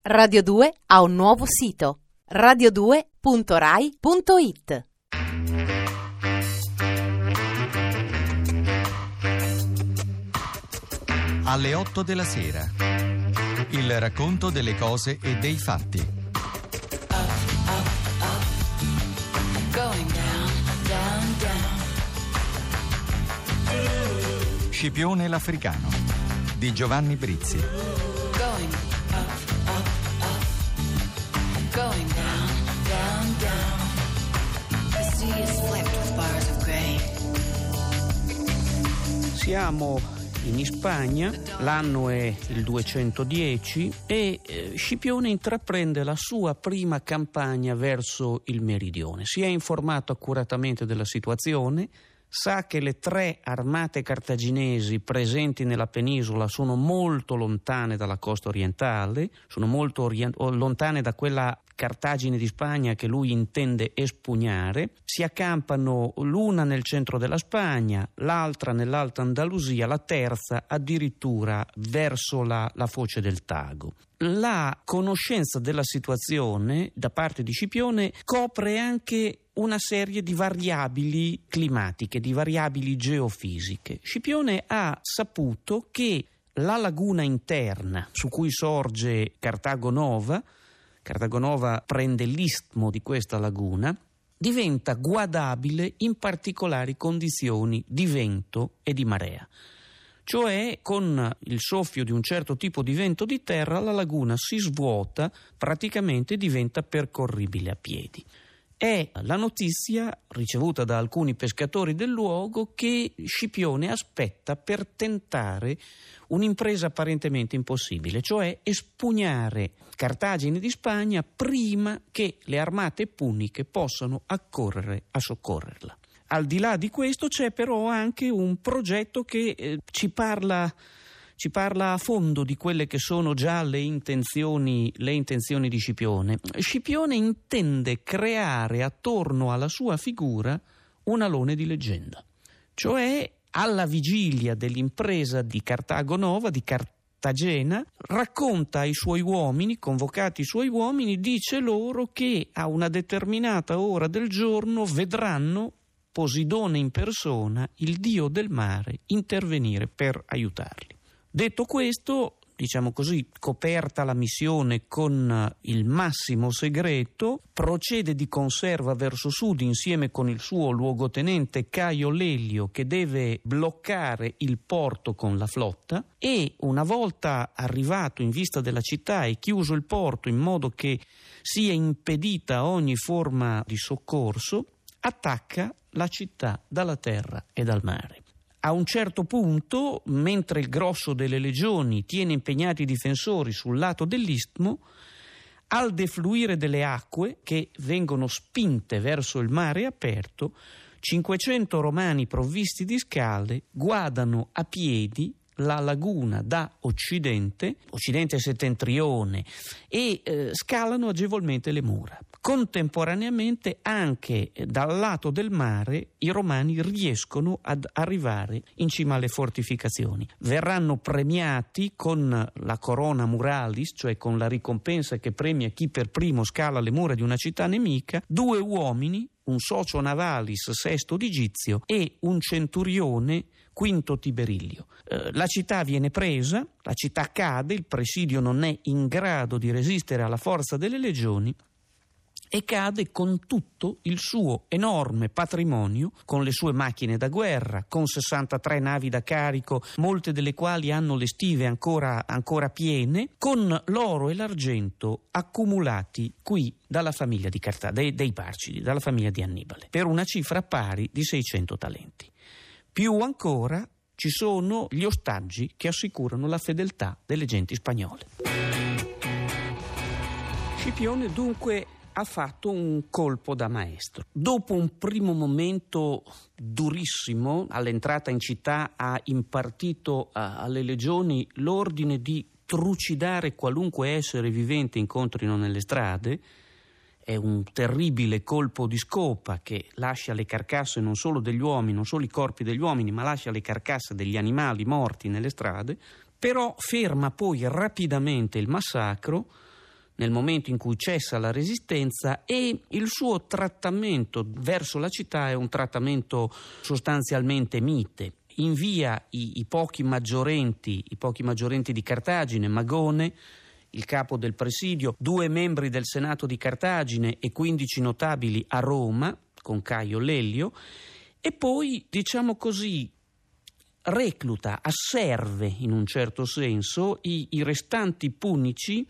Radio 2 ha un nuovo sito: radio2.rai.it. Alle 8 della sera. Il racconto delle cose e dei fatti. Scipione l'Africano di Giovanni Brizzi. Siamo in Spagna, l'anno è il 210 e Scipione intraprende la sua prima campagna verso il meridione. Si è informato accuratamente della situazione, sa che le 3 armate cartaginesi presenti nella penisola sono molto lontane dalla costa orientale, sono molto lontane da quella Cartagine di Spagna che lui intende espugnare. Si accampano l'una nel centro della Spagna, l'altra nell'Alta Andalusia, la terza addirittura verso la foce del Tago. La conoscenza della situazione da parte di Scipione copre anche una serie di variabili climatiche, di variabili geofisiche. Scipione ha saputo che la laguna interna su cui sorge Cartago Nova prende l'istmo di questa laguna, diventa guardabile in particolari condizioni di vento e di marea. Cioè, con il soffio di un certo tipo di vento di terra, la laguna si svuota, praticamente diventa percorribile a piedi. È la notizia ricevuta da alcuni pescatori del luogo che Scipione aspetta per tentare un'impresa apparentemente impossibile, cioè espugnare Cartagine di Spagna prima che le armate puniche possano accorrere a soccorrerla. Al di là di questo c'è però anche un progetto che ci parla a fondo di quelle che sono già le intenzioni di Scipione. Scipione intende creare attorno alla sua figura un alone di leggenda, cioè alla vigilia dell'impresa di Cartago Nova, di Cartagena, racconta ai suoi uomini, convocati i suoi uomini, dice loro che a una determinata ora del giorno vedranno Posidone in persona, il dio del mare, intervenire per aiutarli. Detto questo, diciamo così, coperta la missione con il massimo segreto, procede di conserva verso sud insieme con il suo luogotenente Caio Lelio, che deve bloccare il porto con la flotta, e una volta arrivato in vista della città e chiuso il porto in modo che sia impedita ogni forma di soccorso, attacca la città dalla terra e dal mare. A un certo punto, mentre il grosso delle legioni tiene impegnati i difensori sul lato dell'istmo, al defluire delle acque che vengono spinte verso il mare aperto, 500 romani provvisti di scale guardano a piedi la laguna da occidente e settentrione, e scalano agevolmente le mura. Contemporaneamente anche dal lato del mare i romani riescono ad arrivare in cima alle fortificazioni. Verranno premiati con la corona muralis, cioè con la ricompensa che premia chi per primo scala le mura di una città nemica, 2 uomini, un socio navalis Sesto Digizio e un centurione Quinto Tiberilio. La città viene presa, la città cade, il presidio non è in grado di resistere alla forza delle legioni e cade con tutto il suo enorme patrimonio, con le sue macchine da guerra, con 63 navi da carico, molte delle quali hanno le stive ancora piene, con l'oro e l'argento accumulati qui dalla famiglia di dei Parcidi, dalla famiglia di Annibale, per una cifra pari di 600 talenti. Più ancora ci sono gli ostaggi che assicurano la fedeltà delle genti spagnole. Scipione dunque ha fatto un colpo da maestro. Dopo un primo momento durissimo, all'entrata in città ha impartito alle legioni l'ordine di trucidare qualunque essere vivente incontrino nelle strade. È un terribile colpo di scopa che lascia le carcasse non solo degli uomini, non solo i corpi degli uomini, ma lascia le carcasse degli animali morti nelle strade, però ferma poi rapidamente il massacro nel momento in cui cessa la resistenza, e il suo trattamento verso la città è un trattamento sostanzialmente mite. Invia i pochi maggiorenti di Cartagine, Magone, il capo del presidio, 2 membri del Senato di Cartagine e 15 notabili a Roma, con Caio Lelio, e poi, diciamo così, recluta, asserve in un certo senso i restanti punici,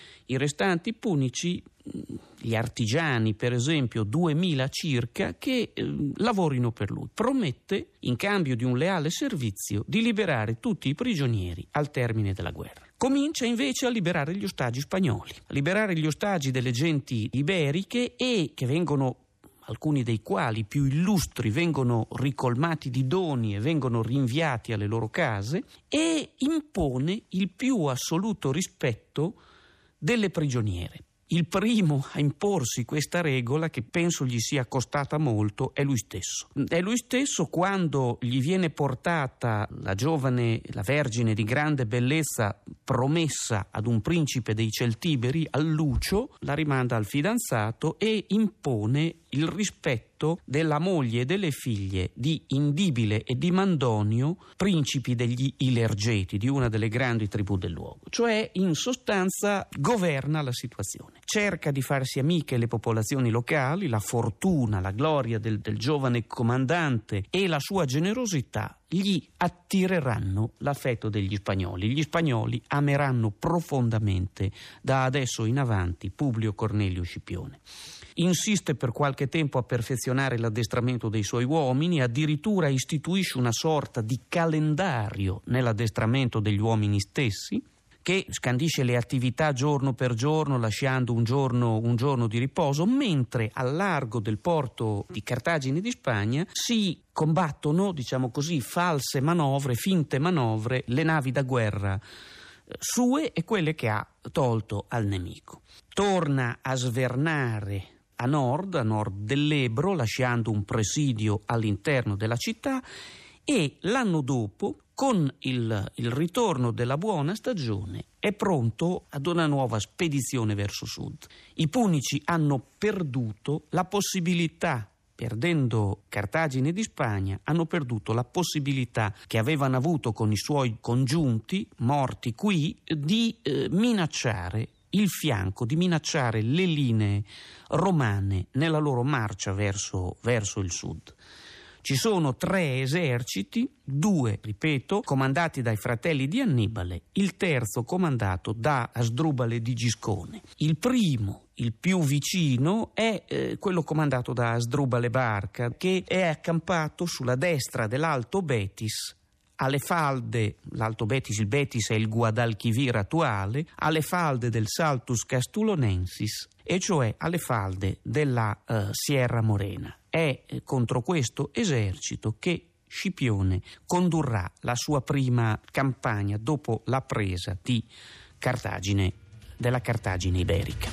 gli artigiani per esempio, 2000 circa, che lavorino per lui. Promette, in cambio di un leale servizio, di liberare tutti i prigionieri al termine della guerra. Comincia invece a liberare gli ostaggi spagnoli, a liberare gli ostaggi delle genti iberiche, e che vengono, alcuni dei quali più illustri, vengono ricolmati di doni e vengono rinviati alle loro case, e impone il più assoluto rispetto delle prigioniere. Il primo a imporsi questa regola, che penso gli sia costata molto, è lui stesso. È lui stesso quando gli viene portata la vergine di grande bellezza promessa ad un principe dei Celtiberi, a Lucio, la rimanda al fidanzato e impone il rispetto della moglie e delle figlie di Indibile e di Mandonio, principi degli Ilergeti, di una delle grandi tribù del luogo. Cioè, in sostanza, governa la situazione. Cerca di farsi amiche le popolazioni locali, la fortuna, la gloria del giovane comandante e la sua generosità gli attireranno l'affetto degli spagnoli. Gli spagnoli ameranno profondamente da adesso in avanti Publio Cornelio Scipione. Insiste per qualche tempo a perfezionare l'addestramento dei suoi uomini, addirittura istituisce una sorta di calendario nell'addestramento degli uomini stessi, che scandisce le attività giorno per giorno, lasciando un giorno di riposo, mentre al largo del porto di Cartagine di Spagna si combattono, diciamo così, finte manovre, le navi da guerra sue e quelle che ha tolto al nemico. Torna a svernare a nord dell'Ebro, lasciando un presidio all'interno della città, e l'anno dopo, con il ritorno della buona stagione, è pronto ad una nuova spedizione verso sud. I punici hanno perduto la possibilità, perdendo Cartagine di Spagna, hanno perduto la possibilità che avevano avuto con i suoi congiunti morti qui di minacciare il fianco, di minacciare le linee romane nella loro marcia verso il sud. Ci sono 3 eserciti, 2, ripeto, comandati dai fratelli di Annibale, il terzo comandato da Asdrubale di Giscone. Il primo, il più vicino, è quello comandato da Asdrubale Barca, che è accampato sulla destra dell'Alto Betis, alle falde, l'Alto Betis, il Betis è il Guadalquivir attuale, alle falde del Saltus Castulonensis, e cioè alle falde della Sierra Morena. È contro questo esercito che Scipione condurrà la sua prima campagna dopo la presa di Cartagine, della Cartagine iberica.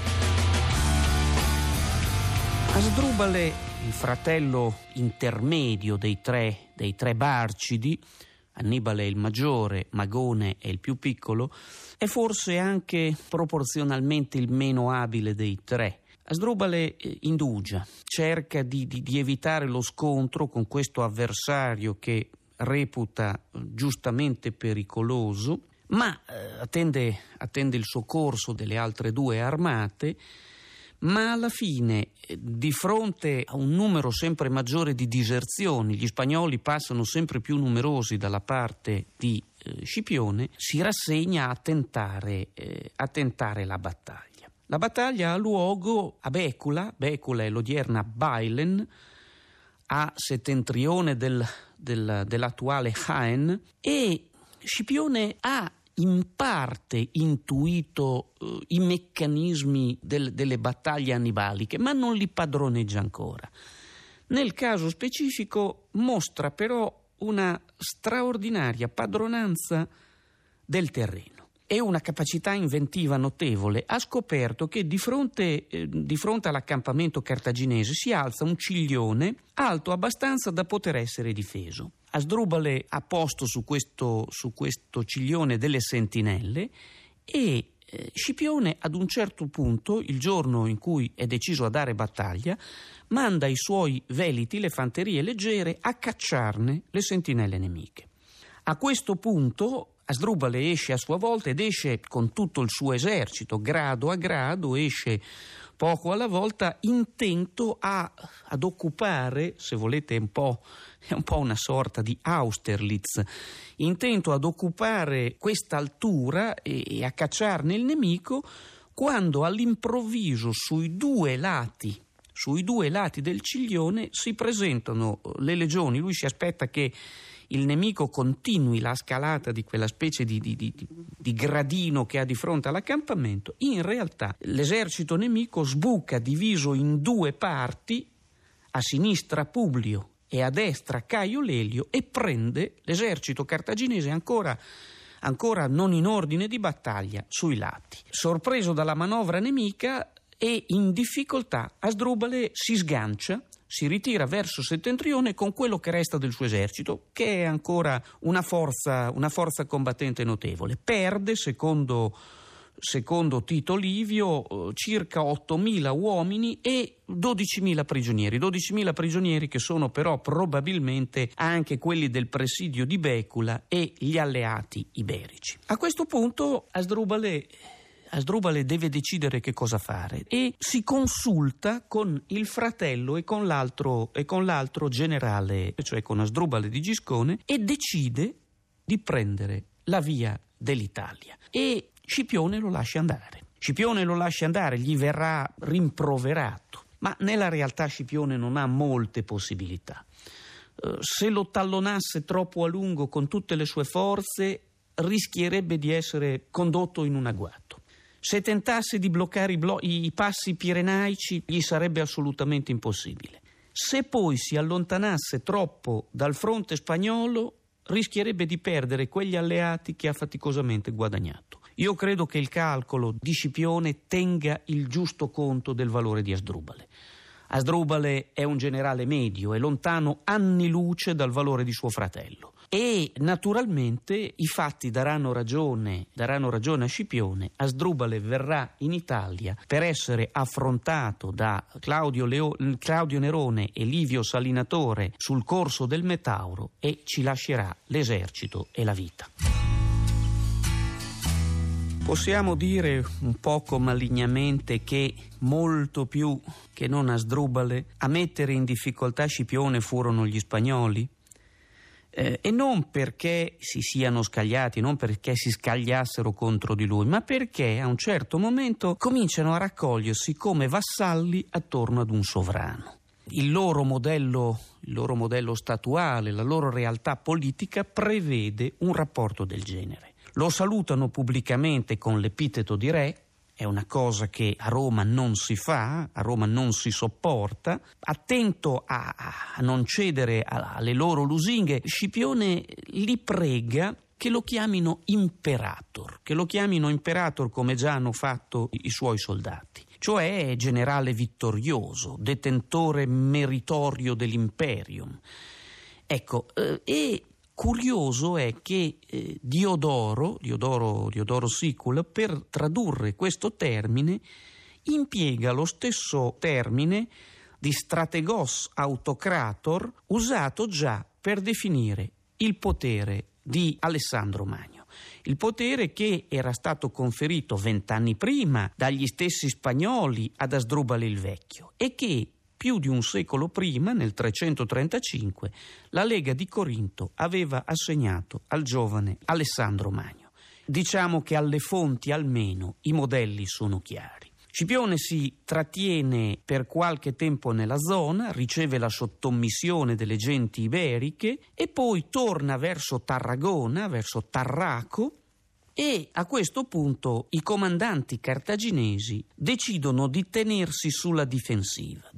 Asdrubale, il fratello intermedio dei tre Barcidi, Annibale è il maggiore, Magone è il più piccolo, è forse anche proporzionalmente il meno abile dei 3. Asdrubale indugia, cerca di evitare lo scontro con questo avversario che reputa giustamente pericoloso, ma attende il soccorso delle altre 2 armate. Ma alla fine, di fronte a un numero sempre maggiore di diserzioni, gli spagnoli passano sempre più numerosi dalla parte di Scipione, si rassegna a tentare la battaglia. La battaglia ha luogo a Becula è l'odierna Bailen, a settentrione dell'attuale Jaén, e Scipione ha in parte intuito i meccanismi delle battaglie annibaliche, ma non li padroneggia ancora. Nel caso specifico mostra però una straordinaria padronanza del terreno e una capacità inventiva notevole. Ha scoperto che di fronte all'accampamento cartaginese si alza un ciglione alto abbastanza da poter essere difeso. Asdrubale ha posto su questo ciglione delle sentinelle e Scipione ad un certo punto, il giorno in cui è deciso a dare battaglia, manda i suoi veliti, le fanterie leggere, a cacciarne le sentinelle nemiche. A questo punto Asdrubale esce a sua volta ed esce con tutto il suo esercito, grado a grado, esce poco alla volta, intento ad occupare, se volete è un po' una sorta di Austerlitz, intento ad occupare questa altura e a cacciarne il nemico, quando all'improvviso sui due lati del ciglione si presentano le legioni. Lui si aspetta che il nemico continui la scalata di quella specie di gradino che ha di fronte all'accampamento. In realtà l'esercito nemico sbuca diviso in due parti, a sinistra Publio e a destra Caio Lelio, e prende l'esercito cartaginese ancora non in ordine di battaglia sui lati. Sorpreso dalla manovra nemica e in difficoltà, Asdrubale si sgancia, si ritira verso settentrione con quello che resta del suo esercito, che è ancora una forza combattente notevole. Perde, secondo Tito Livio, circa 8.000 uomini e 12.000 prigionieri che sono però probabilmente anche quelli del presidio di Becula e gli alleati iberici. A questo punto Asdrubale deve decidere che cosa fare e si consulta con il fratello e con l'altro generale, cioè con Asdrubale di Giscone, e decide di prendere la via dell'Italia. E Scipione lo lascia andare, gli verrà rimproverato, ma nella realtà Scipione non ha molte possibilità. Se lo tallonasse troppo a lungo con tutte le sue forze, rischierebbe di essere condotto in un agguato. Se tentasse di bloccare i passi pirenaici, gli sarebbe assolutamente impossibile. Se poi si allontanasse troppo dal fronte spagnolo, rischierebbe di perdere quegli alleati che ha faticosamente guadagnato. Io credo che il calcolo di Scipione tenga il giusto conto del valore di Asdrubale. Asdrubale è un generale medio, è lontano anni luce dal valore di suo fratello. E naturalmente i fatti daranno ragione a Scipione. Asdrubale verrà in Italia per essere affrontato da Claudio Nerone e Livio Salinatore sul corso del Metauro e ci lascerà l'esercito e la vita. Possiamo dire un poco malignamente che molto più che non Asdrubale a mettere in difficoltà Scipione furono gli spagnoli, e non perché si siano scagliati, non perché si scagliassero contro di lui, ma perché a un certo momento cominciano a raccogliersi come vassalli attorno ad un sovrano. Il loro modello statuale, la loro realtà politica prevede un rapporto del genere. Lo salutano pubblicamente con l'epiteto di re, è una cosa che a Roma non si fa, a Roma non si sopporta. Attento a non cedere alle loro lusinghe, Scipione li prega che lo chiamino imperator, come già hanno fatto i suoi soldati, cioè generale vittorioso, detentore meritorio dell'imperium. Ecco, e curioso è che Diodoro Sicula, per tradurre questo termine, impiega lo stesso termine di strategos autocrator usato già per definire il potere di Alessandro Magno. Il potere che era stato conferito 20 anni prima dagli stessi spagnoli ad Asdrubale il Vecchio e che più di un secolo prima, nel 335, la Lega di Corinto aveva assegnato al giovane Alessandro Magno. Diciamo che alle fonti almeno i modelli sono chiari. Scipione si trattiene per qualche tempo nella zona, riceve la sottomissione delle genti iberiche e poi torna verso Tarragona, verso Tarraco, e a questo punto i comandanti cartaginesi decidono di tenersi sulla difensiva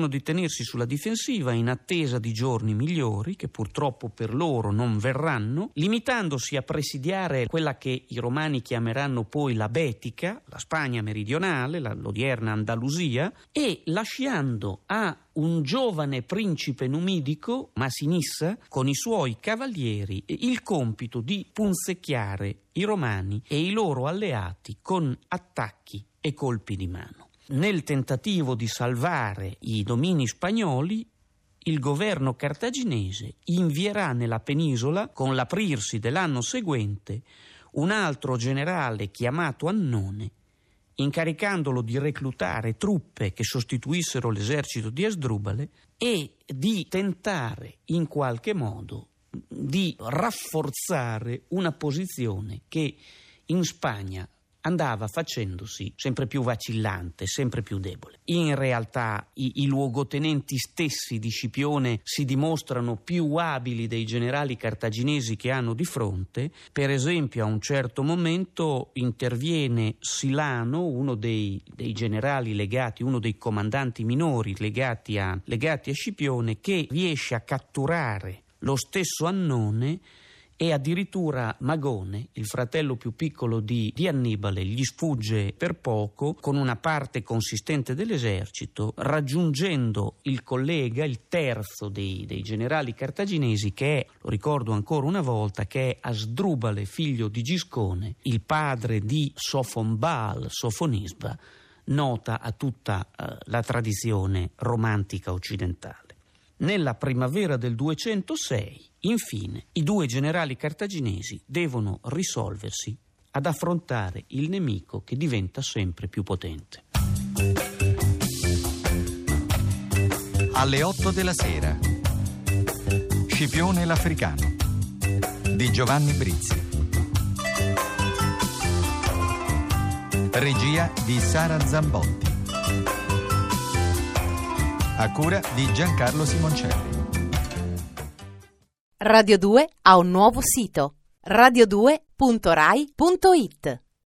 in attesa di giorni migliori che purtroppo per loro non verranno, limitandosi a presidiare quella che i romani chiameranno poi la Betica, la Spagna meridionale, l'odierna Andalusia, e lasciando a un giovane principe numidico, Masinissa, con i suoi cavalieri, il compito di punzecchiare i romani e i loro alleati con attacchi e colpi di mano. Nel tentativo di salvare i domini spagnoli, il governo cartaginese invierà nella penisola, con l'aprirsi dell'anno seguente, un altro generale chiamato Annone, incaricandolo di reclutare truppe che sostituissero l'esercito di Asdrubale e di tentare in qualche modo di rafforzare una posizione che in Spagna andava facendosi sempre più vacillante, sempre più debole. In realtà i luogotenenti stessi di Scipione si dimostrano più abili dei generali cartaginesi che hanno di fronte. Per esempio, a un certo momento interviene Silano, uno dei generali legati, uno dei comandanti minori legati a Scipione, che riesce a catturare lo stesso Annone, e addirittura Magone, il fratello più piccolo di Annibale, gli sfugge per poco con una parte consistente dell'esercito, raggiungendo il collega, il terzo dei generali cartaginesi, che è, lo ricordo ancora una volta, che è Asdrubale, figlio di Giscone, il padre di Sofonbal, Sofonisba, nota a tutta la tradizione romantica occidentale. Nella primavera del 206, infine, i due generali cartaginesi devono risolversi ad affrontare il nemico che diventa sempre più potente. Alle 8 della sera. Scipione l'Africano di Giovanni Brizzi. Regia di Sara Zambotti. A cura di Giancarlo Simoncelli. Radio 2 ha un nuovo sito: radio2.rai.it.